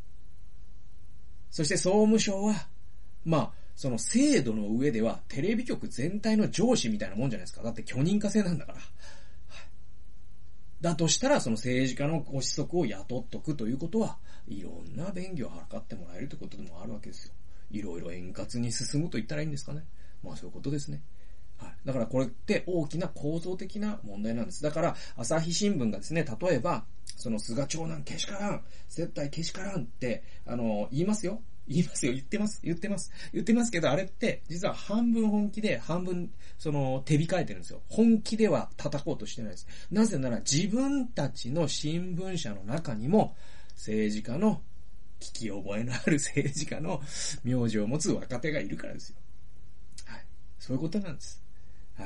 そして総務省は、まあ、その制度の上ではテレビ局全体の上司みたいなもんじゃないですか。だって許認可制なんだから。だとしたら、その政治家のご子息を雇っとくということは、いろんな便宜を図ってもらえるということでもあるわけですよ。いろいろ円滑に進むと言ったらいいんですかね。まあそういうことですね。はい。だからこれって大きな構造的な問題なんです。だから、朝日新聞がですね、例えば、その菅長男けしからん、接待けしからんって、あの、言いますよ。言いますよ。言ってます。言ってます。言ってますけど、あれって、実は半分本気で、半分、その、手控えてるんですよ。本気では叩こうとしてないです。なぜなら、自分たちの新聞社の中にも、政治家の、聞き覚えのある政治家の名字を持つ若手がいるからですよ。はい。そういうことなんです。はい。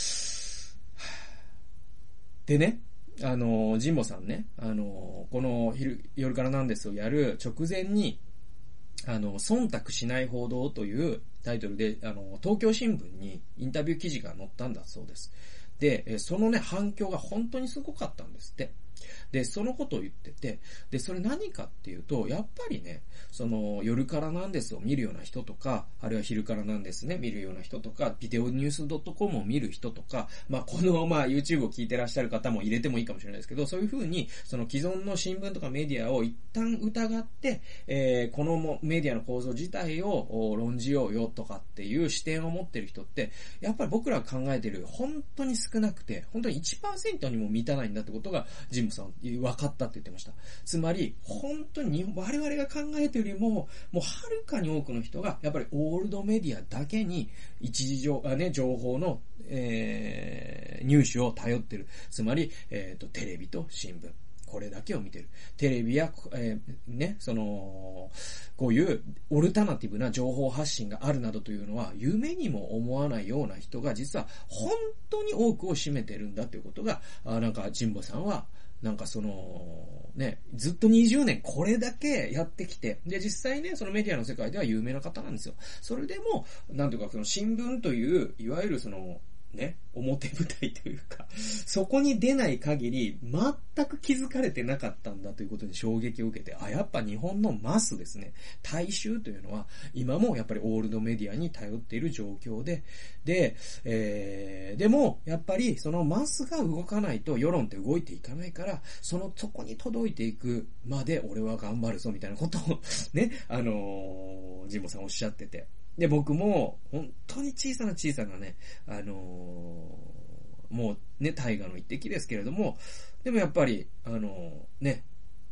でね、あの、神保さんね、あの、この昼、夜からなんですをやる直前に、あの、忖度しない報道というタイトルで、あの、東京新聞にインタビュー記事が載ったんだそうです。で、そのね、反響が本当にすごかったんですって。で、そのことを言ってて、で、それ何かっていうと、やっぱりね、その、夜からなんですを見るような人とか、あるいは昼からなんですね、見るような人とか、ビデオニュース .com を見る人とか、まあ、この、まあ、YouTube を聞いてらっしゃる方も入れてもいいかもしれないですけど、そういうふうに、その既存の新聞とかメディアを一旦疑って、えー、このメディアの構造自体を論じようよとかっていう視点を持ってる人って、やっぱり僕らが考えてる、本当に少なくて、本当に いちパーセント にも満たないんだってことが、神保さん分かったって言ってました。つまり、本当に我々が考えているよりも、もうはるかに多くの人が、やっぱりオールドメディアだけに、一時情、あね、情報の、えー、入手を頼ってる。つまり、えっと、テレビと新聞。これだけを見てる。テレビや、えー、ね、その、こういうオルタナティブな情報発信があるなどというのは、夢にも思わないような人が、実は本当に多くを占めてるんだということが、あなんか、神保さんは、なんかその、ね、ずっとにじゅうねんこれだけやってきて、で、実際ね、そのメディアの世界では有名な方なんですよ。それでも、なんていうか、その新聞という、いわゆるその、ね、表舞台というか、そこに出ない限り、全く気づかれてなかったんだということに衝撃を受けて、あ、やっぱ日本のマスですね、大衆というのは、今もやっぱりオールドメディアに頼っている状況で、で、えー、でも、やっぱりそのマスが動かないと世論って動いていかないから、そのそこに届いていくまで俺は頑張るぞみたいなことを、ね、あのー、神保さんおっしゃってて、で、僕も、本当に小さな小さなね、あのー、もうね、大河の一滴ですけれども、でもやっぱり、あのー、ね、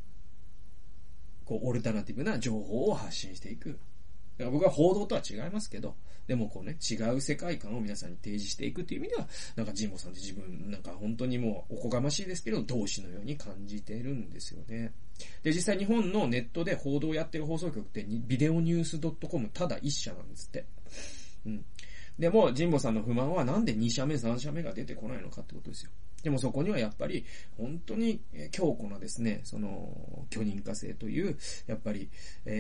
こう、オルタナティブな情報を発信していく。だから僕は報道とは違いますけど、でもこうね、違う世界観を皆さんに提示していくという意味では、なんか神保さんって自分、なんか本当にもうおこがましいですけど、同志のように感じているんですよね。で、実際日本のネットで報道をやってる放送局って、ビデオニュース .com ただ一社なんですって。うん。でも、神保さんの不満はなんでに社目、さん社目が出てこないのかってことですよ。でもそこにはやっぱり、本当に強固なですね、その、許認可制という、やっぱり、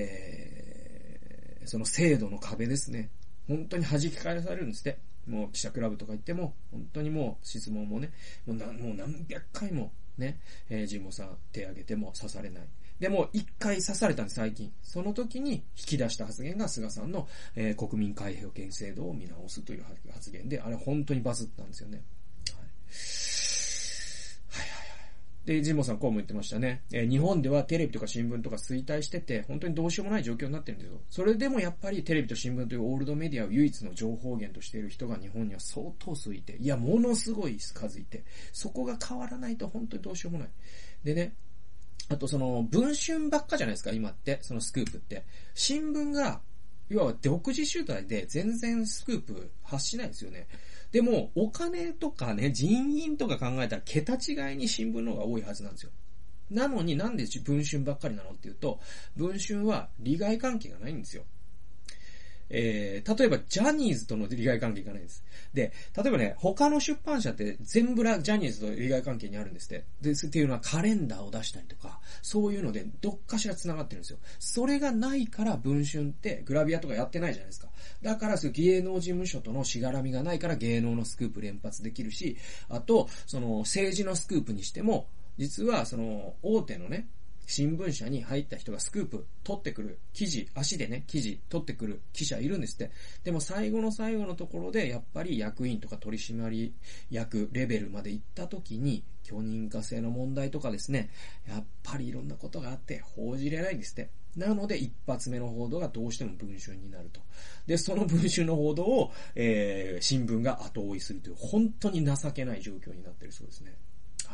えー、その制度の壁ですね。本当に弾き返されるんですって。もう記者クラブとか行っても、本当にもう質問もね、もう何、もう何百回もね、えー、神保さん手挙げても刺されない。でも一回刺されたんです、最近。その時に引き出した発言が菅さんの、えー、国民皆保険制度を見直すという発言で、あれ本当にバズったんですよね。はいで、神保さんこうも言ってましたね。えー、日本ではテレビとか新聞とか衰退してて、本当にどうしようもない状況になってるんですよ。それでもやっぱりテレビと新聞というオールドメディアを唯一の情報源としている人が日本には相当数いて、いや、ものすごい数いて、そこが変わらないと本当にどうしようもない。でね、あとその、文春ばっかじゃないですか、今って、そのスクープって。新聞が、要は独自取材で全然スクープ発しないですよね。 でも、お金とかね、人員とか考えたら、桁違いに新聞の方が多いはずなんですよ。なのになんで文春ばっかりなのっていうと、文春は利害関係がないんですよ。えー、例えばジャニーズとの利害関係がないんです。で、例えばね、他の出版社って全部ジャニーズと利害関係にあるんですって。で、っていうのはカレンダーを出したりとか、そういうのでどっかしら繋がってるんですよ。それがないから文春ってグラビアとかやってないじゃないですか。だからそう芸能事務所とのしがらみがないから芸能のスクープ連発できるし、あと、その政治のスクープにしても、実はその大手のね、新聞社に入った人がスクープ取ってくる記事、足でね、記事取ってくる記者いるんですって。でも最後の最後のところで、やっぱり役員とか取締役レベルまで行った時に、許認可制の問題とかですね、やっぱりいろんなことがあって報じれないんですって。なので一発目の報道がどうしても文春になると。で、その文春の報道を、えー、新聞が後追いするという、本当に情けない状況になっているそうですね。はい。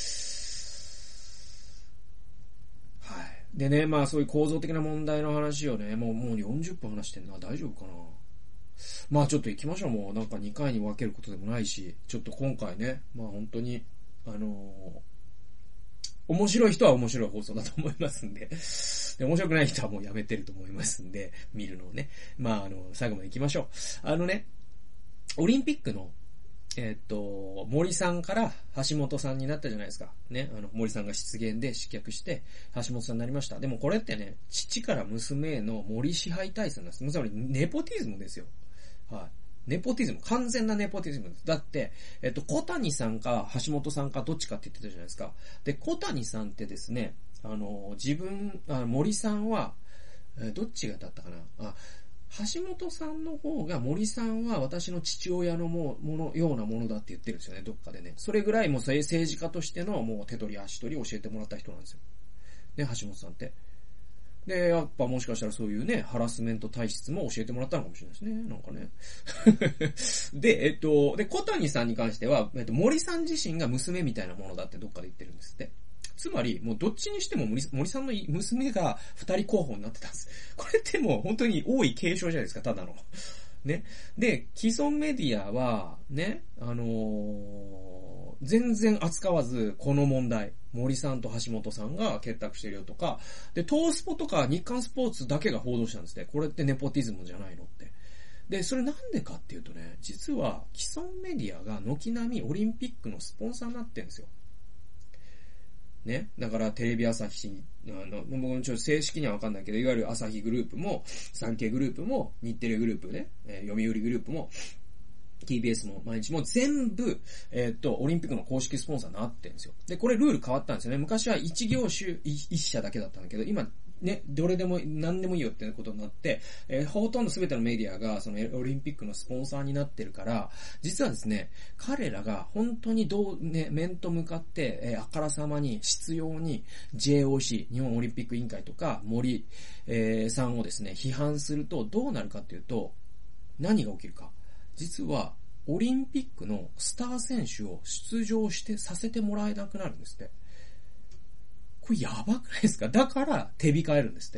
はい。でね、まあそういう構造的な問題の話をね、もう、もうよんじゅっぷん話してんな。大丈夫かな。まあちょっと行きましょう。もうなんかにかいに分けることでもないし、ちょっと今回ね、まあ本当に、あのー、面白い人は面白い放送だと思いますんで、で、面白くない人はもうやめてると思いますんで、見るのをね。まああの、最後まで行きましょう。あのね、オリンピックの、えー、っと、森さんから橋本さんになったじゃないですか。ね。あの、森さんが失言で失脚して、橋本さんになりました。でもこれってね、父から娘への森支配体制なんです。つまり、ネポティズムですよ。はい。ネポティズム。完全なネポティズムです。だって、えっと、小谷さんか橋本さんかどっちかって言ってたじゃないですか。で、小谷さんってですね、あの、自分、あ森さんは、えー、どっちがだったかなあ、橋本さんの方が森さんは私の父親のものようなものだって言ってるんですよね、どっかでね。それぐらいもう政治家としてのもう手取り足取り教えてもらった人なんですよ。ね、橋本さんって。で、やっぱもしかしたらそういうね、ハラスメント体質も教えてもらったのかもしれないですね。なんかね。で、えっと、で、小谷さんに関しては、えっと、森さん自身が娘みたいなものだってどっかで言ってるんですって。つまり、もうどっちにしても森、森さんの娘が二人候補になってたんです。これってもう本当に多い継承じゃないですか、ただの。ね。で、既存メディアは、ね、あのー、全然扱わず、この問題、森さんと橋本さんが結託してるよとか、で、東スポとか日刊スポーツだけが報道したんですね。これってネポティズムじゃないのって。で、それなんでかっていうとね、実は既存メディアが軒並みオリンピックのスポンサーになってるんですよ。ね。だからテレビ朝日、あの、もうちょっと正式にはわかんないけど、いわゆる朝日グループも、産経グループも、日テレグループね、えー、読売グループも、ティービーエス も毎日も全部、えー、っと、オリンピックの公式スポンサーになってるんですよ。で、これルール変わったんですよね。昔は一業種、一社だけだったんだけど、今、ね、どれでも、何でもいいよってことになって、えー、ほとんど全てのメディアが、そのオリンピックのスポンサーになってるから、実はですね、彼らが本当にどう、ね、面と向かって、えー、あからさまに、執拗に ジェイオーシー、日本オリンピック委員会とか、森、えー、さんをですね、批判すると、どうなるかっていうと、何が起きるか。実は、オリンピックのスター選手を出場してさせてもらえなくなるんですって。これやばくないですか？だから手控えるんですって。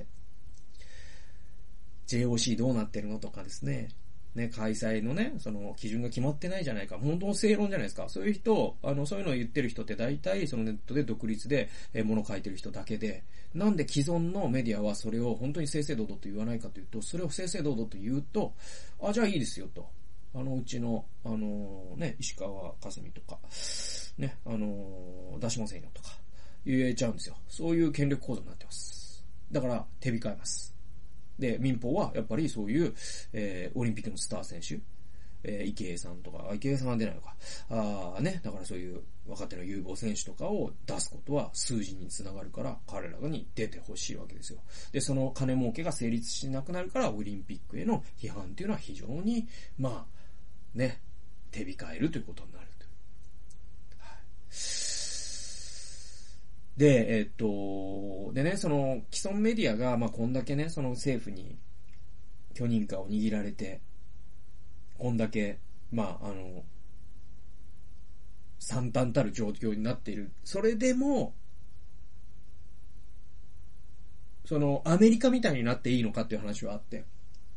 ジェイオーシー どうなってるのとかですね。ね、開催のね、その基準が決まってないじゃないか。本当の正論じゃないですか。そういう人、あの、そういうのを言ってる人って大体そのネットで独立で物を書いてる人だけで、なんで既存のメディアはそれを本当に正々堂々と言わないかというと、それを正々堂々と言うと、あ、じゃあいいですよと。あのうちの、あのね、石川佳純とか、ね、あの出しませんよとか、言えちゃうんですよ。そういう権力構造になってます。だから、手控えます。で、民放はやっぱりそういう、えー、オリンピックのスター選手、えー、池江さんとか、池江さんは出ないのか。あーね、だからそういう若手の有望選手とかを出すことは数字につながるから、彼らに出てほしいわけですよ。で、その金儲けが成立しなくなるから、オリンピックへの批判っていうのは非常に、まあ、ね、手控えるということになるという。はい。で、えっと、でね、その、既存メディアが、まあ、こんだけね、その政府に許認可を握られて、こんだけ、まあ、あの、惨憺たる状況になっている。それでも、その、アメリカみたいになっていいのかっていう話はあって、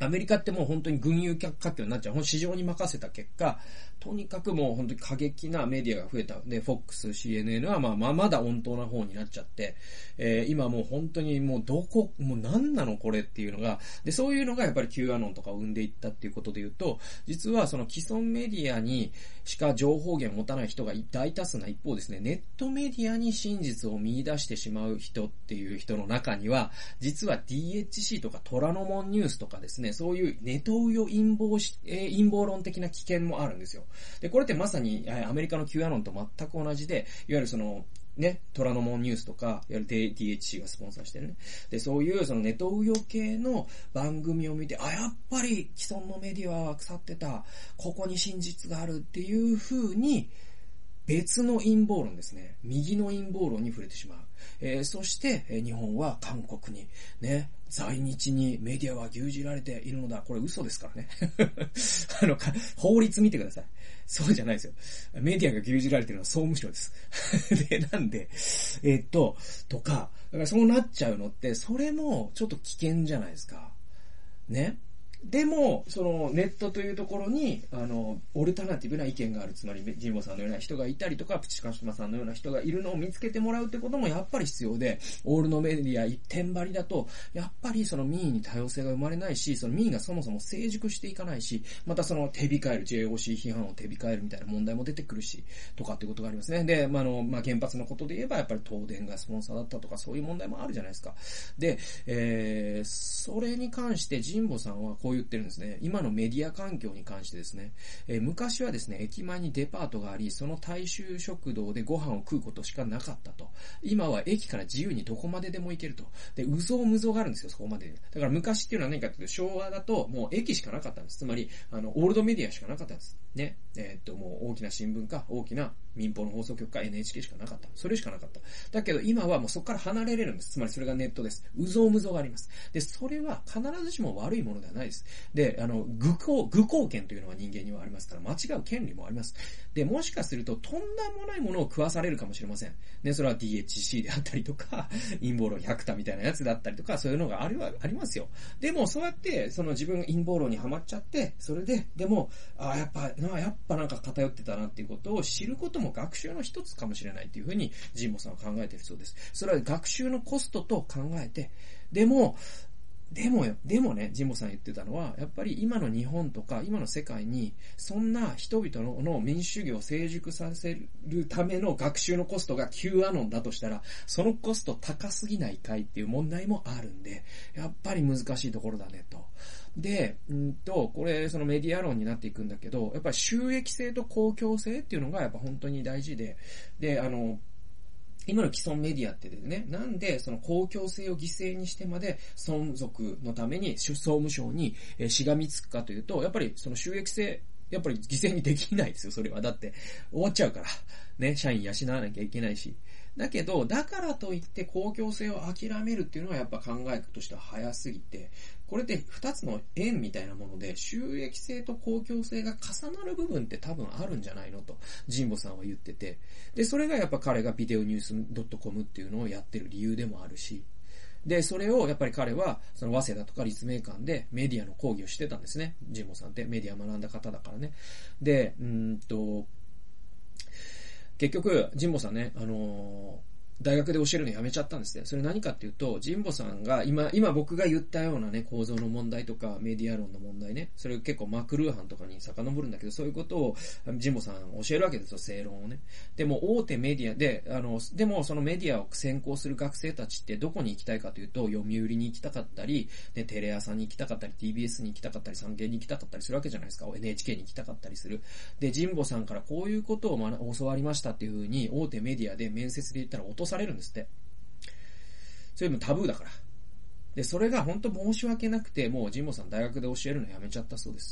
アメリカってもう本当に群雄割拠になっちゃう。市場に任せた結果、とにかくもう本当に過激なメディアが増えた。で、フォックス、シーエヌエヌ はまあまあまだ温当な方になっちゃって、えー、今もう本当にもうどこ、もう何なのこれっていうのが、で、そういうのがやっぱり Q アノンとかを生んでいったっていうことで言うと、実はその既存メディアにしか情報源を持たない人が大多数な一方ですね、ネットメディアに真実を見出してしまう人っていう人の中には、実は ディーエイチシー とか虎ノ門ニュースとかですね、そういうネトウヨ陰謀し、えー、陰謀論的な危険もあるんですよ。で、これってまさにアメリカの Q アノンと全く同じで、いわゆるその、ね、虎ノ門ニュースとか、いわゆる ディーエイチシー がスポンサーしてるね。で、そういうそのネトウヨ系の番組を見て、あ、やっぱり既存のメディアは腐ってた、ここに真実があるっていう風に、別の陰謀論ですね。右の陰謀論に触れてしまう。えー、そして、えー、日本は韓国に、ね、在日にメディアは牛耳られているのだ。これ嘘ですからね。あの、法律見てください。そうじゃないですよ。メディアが牛耳られているのは総務省です。で、なんで、えー、っと、とか、だからそうなっちゃうのって、それもちょっと危険じゃないですか。ね。でも、そのネットというところに、あの、オルタナティブな意見がある、つまり、ジンボさんのような人がいたりとか、プチカシマさんのような人がいるのを見つけてもらうってこともやっぱり必要で、オールのメディア一点張りだと、やっぱりその民意に多様性が生まれないし、その民意がそもそも成熟していかないし、またその手控える、ジェイオーシー 批判を手控えるみたいな問題も出てくるし、とかっていうことがありますね。で、まあ、あの、まあ、原発のことで言えば、やっぱり東電がスポンサーだったとか、そういう問題もあるじゃないですか。で、えー、それに関して、ジンボさんはこう言ってるんですね。今のメディア環境に関してですね、えー、昔はですね、駅前にデパートがあり、その大衆食堂でご飯を食うことしかなかったと。今は駅から自由にどこまででも行けると。で、うぞうむぞうがあるんですよ、そこまで。だから昔っていうのは何かというと、昭和だともう駅しかなかったんです。つまり、あの、オールドメディアしかなかったんです。ね。えー、っと、もう大きな新聞か、大きな民放の放送局か エヌエイチケー しかなかった。それしかなかった。だけど今はもうそこから離れれるんです。つまりそれがネットです。うぞうむぞうがあります。で、それは必ずしも悪いものではないです。で、あの、愚行、愚行権というのは人間にはありますから、間違う権利もあります。で、もしかすると、とんでもないものを食わされるかもしれません。ね、それは ディーエイチシー であったりとか、陰謀論百田みたいなやつだったりとか、そういうのがあるは、ありますよ。でも、そうやって、その自分が陰謀論にはまっちゃって、それで、でも、あ、やっぱ、な、やっぱなんか偏ってたなっていうことを知ることも学習の一つかもしれないっていうふうに、ジンボさんは考えているそうです。それは学習のコストと考えて、でも、でもよ、でもね、ジンボさん言ってたのは、やっぱり今の日本とか、今の世界に、そんな人々 の, の民主主義を成熟させるための学習のコストが Q アノンだとしたら、そのコスト高すぎないかいっていう問題もあるんで、やっぱり難しいところだねと。で、うんと、これ、そのメディア論になっていくんだけど、やっぱり収益性と公共性っていうのがやっぱ本当に大事で、で、あの、今の既存メディアってね、なんでその公共性を犠牲にしてまで存続のために総務省にしがみつくかというと、やっぱりその収益性、やっぱり犠牲にできないですよ、それは。だって終わっちゃうから。ね、社員養わなきゃいけないし。だけど、だからといって公共性を諦めるっていうのはやっぱ考えとしては早すぎて、これって二つの円みたいなもので、収益性と公共性が重なる部分って多分あるんじゃないのと、ジンボさんは言ってて。で、それがやっぱ彼がビデオニュース .com っていうのをやってる理由でもあるし、で、それをやっぱり彼は、その早稲田とか立命館でメディアの講義をしてたんですね。ジンボさんってメディア学んだ方だからね。で、うーんと、結局、ジンボさんね、あのー、大学で教えるのやめちゃったんですね。それ何かっていうと、ジンボさんが今、今僕が言ったようなね、構造の問題とか、メディア論の問題ね、それ結構マクルーハンとかに遡るんだけど、そういうことをジンボさん教えるわけですよ、正論をね。でも大手メディアで、あの、でもそのメディアを専攻する学生たちってどこに行きたいかというと、読売に行きたかったり、ね、テレ朝に行きたかったり、ティービーエス に行きたかったり、産経に行きたかったりするわけじゃないですか。エヌエイチケー に行きたかったりする。で、ジンボさんからこういうことを学教わりましたっていう風に、大手メディアで面接で言ったら落とされるんですって。それもタブーだから。で、それが本当申し訳なくて、もうジンボさん大学で教えるのやめちゃったそうです。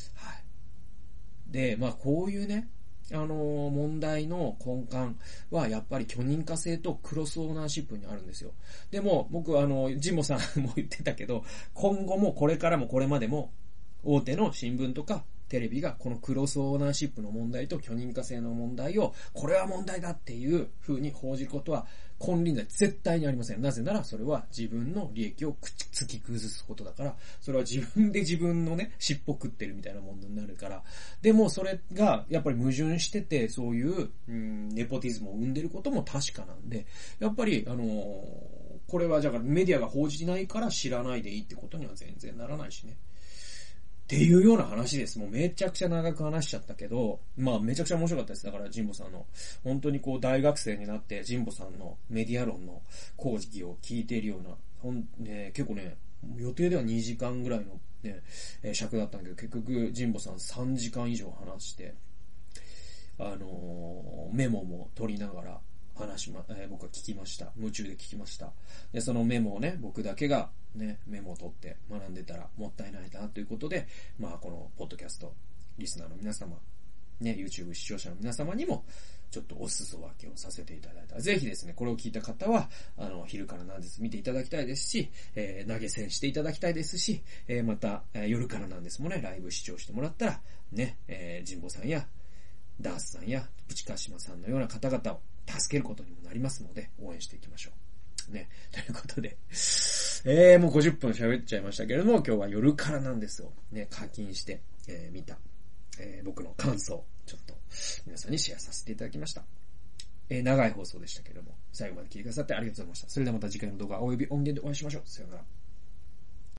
はい。で、まあこういうね、あのー、問題の根幹はやっぱり許認可制とクロスオーナーシップにあるんですよ。でも僕あの、ジンボさんも言ってたけど、今後もこれからもこれまでも大手の新聞とかテレビがこのクロスオーナーシップの問題と許認可制の問題を、これは問題だっていう風に報じることは、金輪際絶対にありません。なぜならそれは自分の利益を突き崩すことだから、それは自分で自分のね、尻尾食ってるみたいなものになるから。でもそれがやっぱり矛盾してて、そういう、うん、ネポティズムを生んでることも確かなんで、やっぱり、あのー、これはじゃあメディアが報じないから知らないでいいってことには全然ならないしね。っていうような話です。もうめちゃくちゃ長く話しちゃったけど、まあめちゃくちゃ面白かったです。だから神保さんの、本当にこう大学生になって神保さんのメディア論の講義を聞いているような、ほん、ね、結構ね、予定ではにじかんぐらいのね、えー、尺だったんだけど、結局神保さんさんじかん以上話して、あのー、メモも取りながら、話しま、えー、僕は聞きました。夢中で聞きました。で、そのメモをね、僕だけがね、メモを取って学んでたらもったいないなということで、まあこのポッドキャスト、リスナーの皆様、ね、YouTube 視聴者の皆様にも、ちょっとお裾分けをさせていただいた。ぜひですね、これを聞いた方は、あの、昼からなんです見ていただきたいですし、えー、投げ銭していただきたいですし、えー、また、えー、夜からなんですもね、ライブ視聴してもらったら、ね、えー、神保さんや、ダースさんや、プチカシマさんのような方々を助けることにもなりますので、応援していきましょう。ね。ということで、えー、もうごじゅっぷん喋っちゃいましたけれども、今日は夜からなんですをね、課金して、えー、見た、えー、僕の感想、ちょっと皆さんにシェアさせていただきました。えー、長い放送でしたけれども、最後まで聞いてくださってありがとうございました。それではまた次回の動画および音源でお会いしましょう。さようなら。